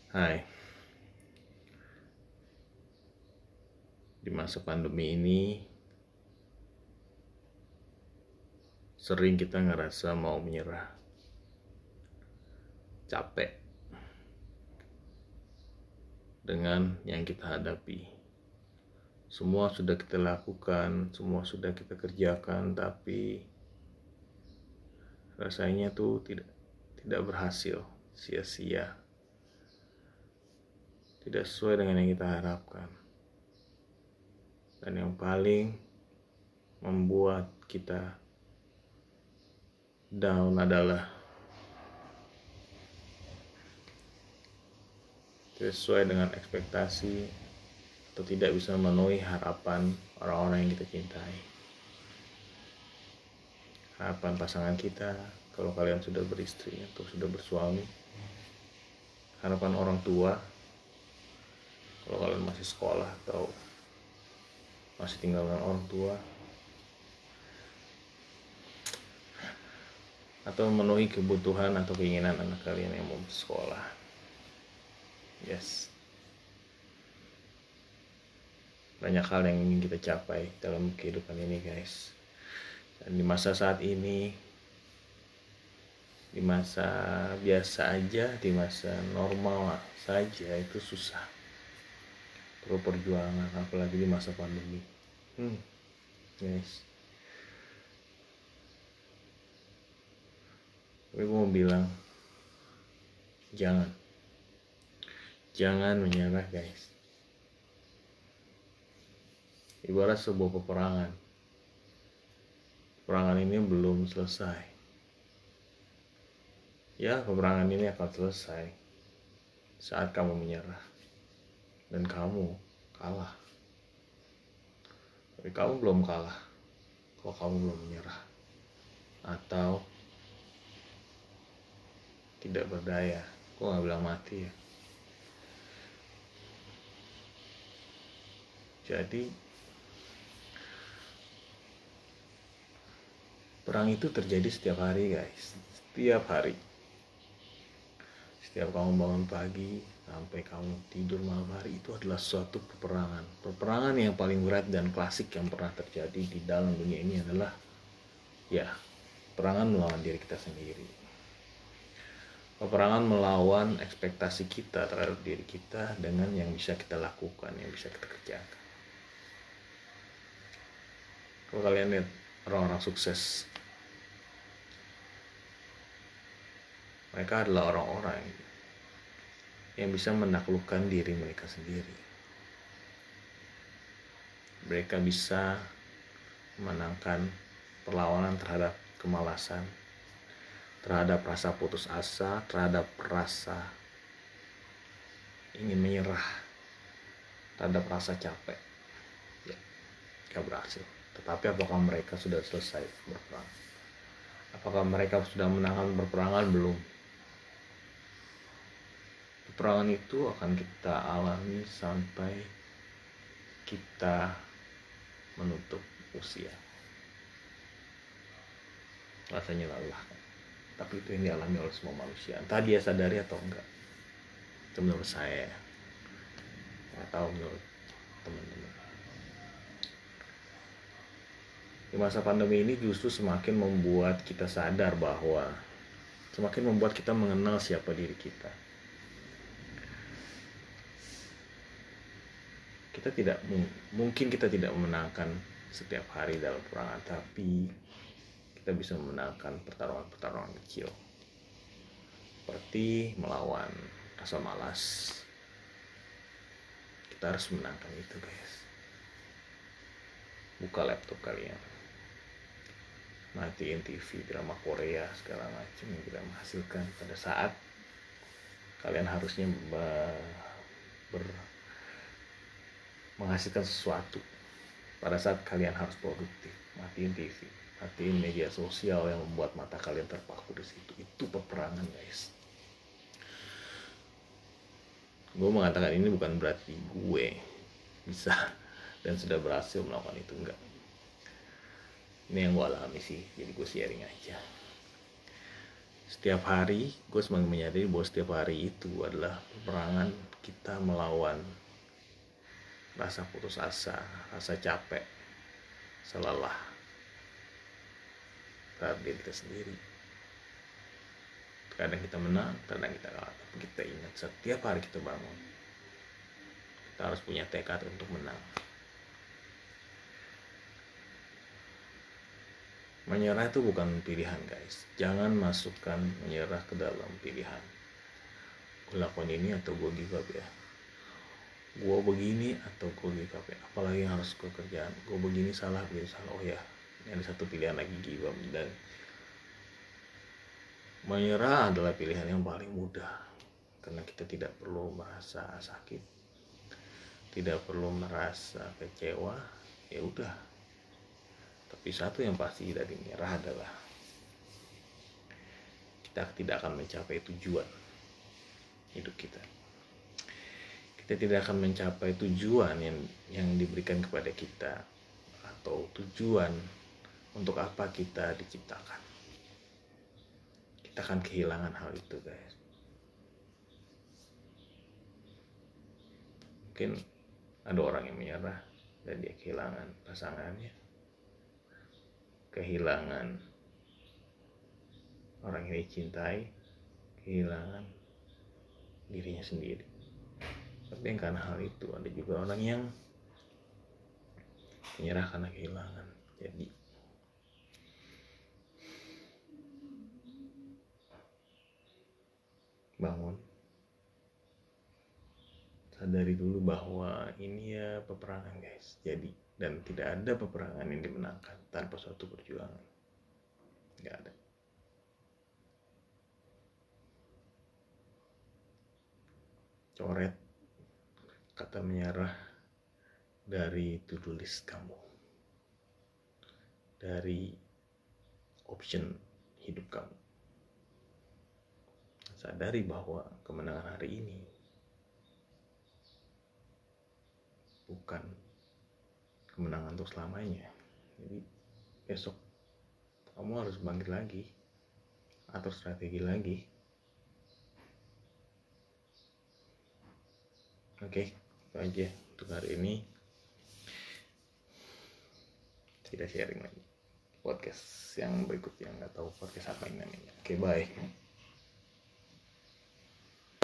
Hai, di masa pandemi ini sering kita ngerasa mau menyerah, capek dengan yang kita hadapi. Semua sudah kita lakukan, semua sudah kita kerjakan, tapi rasanya tuh tidak berhasil, sia-sia, tidak sesuai dengan yang kita harapkan. Dan yang paling membuat kita down adalah tidak sesuai dengan ekspektasi atau tidak bisa memenuhi harapan orang-orang yang kita cintai. Harapan pasangan kita, kalau kalian sudah beristri atau sudah bersuami. Harapan orang tua, kalau kalian masih sekolah atau masih tinggal dengan orang tua. Atau memenuhi kebutuhan atau keinginan anak kalian yang mau bersekolah. Yes. Banyak hal yang ingin kita capai dalam kehidupan ini, guys. Dan di masa saat ini, di masa biasa aja, di masa normal saja itu susah. Perlu perjuangan, apalagi di masa pandemi. Guys. Tapi gue mau bilang, jangan menyerah, guys. Ibarat sebuah peperangan. Peperangan ini belum selesai. Ya, peperangan ini akan selesai saat kamu menyerah dan kamu kalah. Tapi kamu belum kalah kalau kamu belum menyerah atau tidak berdaya. Gue gak bilang mati ya. Jadi perang itu terjadi setiap hari, guys. Setiap hari. Setiap kamu bangun pagi sampai kamu tidur malam hari, itu adalah suatu peperangan. Peperangan yang paling berat dan klasik yang pernah terjadi di dalam dunia ini adalah peperangan melawan diri kita sendiri. Peperangan melawan ekspektasi kita terhadap diri kita dengan yang bisa kita lakukan, yang bisa kita kerjakan. Kalau kalian lihat orang-orang sukses, mereka adalah orang-orang yang bisa menaklukkan diri mereka sendiri. Mereka bisa menangkan perlawanan terhadap kemalasan, terhadap rasa putus asa, terhadap rasa ingin menyerah, terhadap rasa capek. Gak berhasil. Tetapi apakah mereka sudah selesai berperang? Apakah mereka sudah menangkan perperangan? Belum. Peperangan itu akan kita alami sampai kita menutup usia. Rasanya lelah, tapi itu yang dialami oleh semua manusia, entah dia sadari atau enggak. Itu menurut saya, nggak tahu menurut teman-teman. Di masa pandemi ini justru semakin membuat kita sadar bahwa semakin membuat kita mengenal siapa diri kita. Mungkin kita tidak memenangkan setiap hari dalam peperangan, tapi kita bisa memenangkan pertarungan-pertarungan kecil, seperti melawan rasa malas. Kita harus menangkan itu, guys. Buka laptop kalian, matiin TV, drama Korea segala macam yang tidak menghasilkan pada saat kalian harusnya menghasilkan sesuatu. Pada saat kalian harus produktif, matiin TV, matiin media sosial yang membuat mata kalian terpaku di situ. Itu peperangan, guys. Gue mengatakan ini bukan berarti gue bisa dan sudah berhasil melakukan itu, enggak. Ini yang gue alami sih, jadi gue sharing aja. Setiap hari gue semakin menyadari bahwa setiap hari itu adalah peperangan kita melawan rasa putus asa, rasa capek, lelah terhadap diri kita sendiri. Kadang kita menang, kadang kita kalah. Tapi kita ingat setiap hari kita bangun, kita harus punya tekad untuk menang. Menyerah itu bukan pilihan, guys. Jangan masukkan menyerah ke dalam pilihan. Gue lakukan ini atau gue give up ya. Gue begini atau gue give up ya. Apalagi yang harus gue kerjaan. Gue begini salah, begini salah. Oh ya, ini ada satu pilihan lagi, give up. Dan menyerah adalah pilihan yang paling mudah. Karena kita tidak perlu merasa sakit, tidak perlu merasa kecewa. Ya udah. Tapi satu yang pasti dari menyerah adalah kita tidak akan mencapai tujuan hidup kita. Kita tidak akan mencapai tujuan yang diberikan kepada kita, atau tujuan untuk apa kita diciptakan. Kita akan kehilangan hal itu, guys. Mungkin ada orang yang menyerah dan dia kehilangan pasangannya, kehilangan orang yang dicintai, kehilangan dirinya sendiri. Tapi karena hal itu ada juga orang yang menyerah karena kehilangan. Jadi bangun, sadari dulu bahwa ini ya peperangan, guys. Jadi, dan tidak ada peperangan yang dimenangkan tanpa suatu perjuangan. Nggak ada. Coret kata menyerah dari to-do list kamu, dari option hidup kamu. Sadari bahwa kemenangan hari ini bukan kemenangan untuk selamanya. Jadi besok kamu harus bangkit lagi, atur strategi lagi. Oke, itu aja untuk hari ini. Tidak sharing lagi podcast yang berikutnya, nggak tahu podcast apa ini namanya. Oke, bye.